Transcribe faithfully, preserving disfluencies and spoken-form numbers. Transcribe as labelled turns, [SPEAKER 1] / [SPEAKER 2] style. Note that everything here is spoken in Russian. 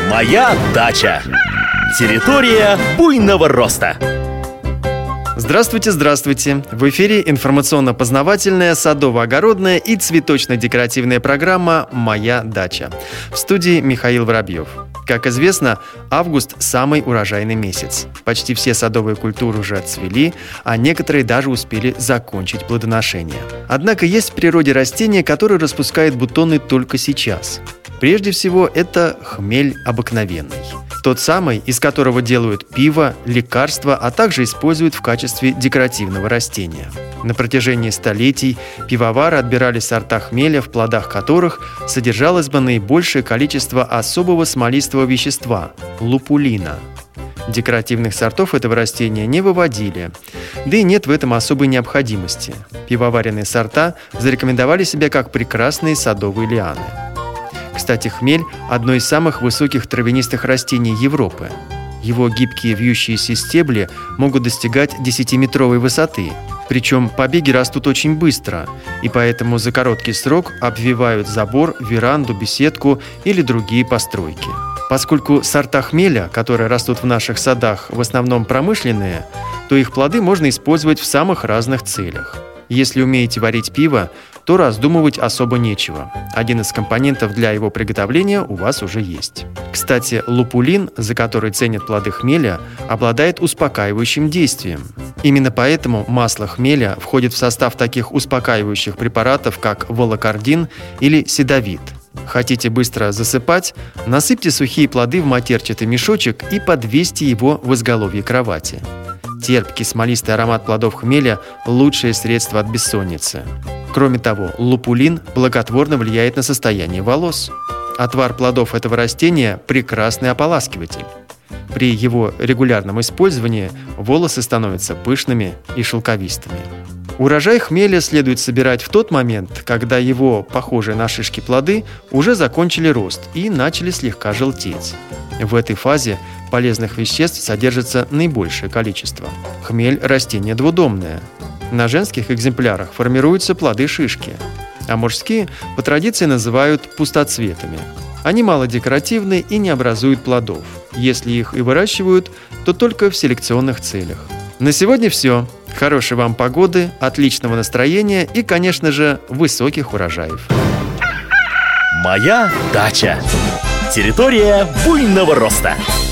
[SPEAKER 1] Моя дача. Территория буйного роста.
[SPEAKER 2] Здравствуйте, здравствуйте! В эфире информационно-познавательная, садово-огородная и цветочно-декоративная программа «Моя дача». В студии Михаил Воробьев. Как известно, август – самый урожайный месяц. Почти все садовые культуры уже отцвели, а некоторые даже успели закончить плодоношение. Однако есть в природе растения, которые распускают бутоны только сейчас. Прежде всего, это хмель обыкновенный. Тот самый, из которого делают пиво, лекарства, а также используют в качестве декоративного растения. На протяжении столетий пивовары отбирали сорта хмеля, в плодах которых содержалось бы наибольшее количество особого смолистого вещества – лупулина. Декоративных сортов этого растения не выводили, да и нет в этом особой необходимости. Пивоваренные сорта зарекомендовали себя как прекрасные садовые лианы. Кстати, хмель – одно из самых высоких травянистых растений Европы. Его гибкие вьющиеся стебли могут достигать десятиметровой высоты. Причем побеги растут очень быстро, и поэтому за короткий срок обвивают забор, веранду, беседку или другие постройки. Поскольку сорта хмеля, которые растут в наших садах, в основном промышленные, то их плоды можно использовать в самых разных целях. Если умеете варить пиво, то раздумывать особо нечего. Один из компонентов для его приготовления у вас уже есть. Кстати, лупулин, за который ценят плоды хмеля, обладает успокаивающим действием. Именно поэтому масло хмеля входит в состав таких успокаивающих препаратов, как волокордин или седовит. Хотите быстро засыпать? Насыпьте сухие плоды в матерчатый мешочек и подвесьте его в изголовье кровати. Терпкий смолистый аромат плодов хмеля – лучшее средство от бессонницы. Кроме того, лупулин благотворно влияет на состояние волос. Отвар плодов этого растения – прекрасный ополаскиватель. При его регулярном использовании волосы становятся пышными и шелковистыми. Урожай хмеля следует собирать в тот момент, когда его, похожие на шишки плоды, уже закончили рост и начали слегка желтеть. В этой фазе полезных веществ содержится наибольшее количество. Хмель – растение двудомное. На женских экземплярах формируются плоды-шишки, а мужские по традиции называют пустоцветами. Они малодекоративны и не образуют плодов. Если их и выращивают, то только в селекционных целях. На сегодня все. Хорошей вам погоды, отличного настроения и, конечно же, высоких урожаев.
[SPEAKER 1] Моя дача. Территория буйного роста.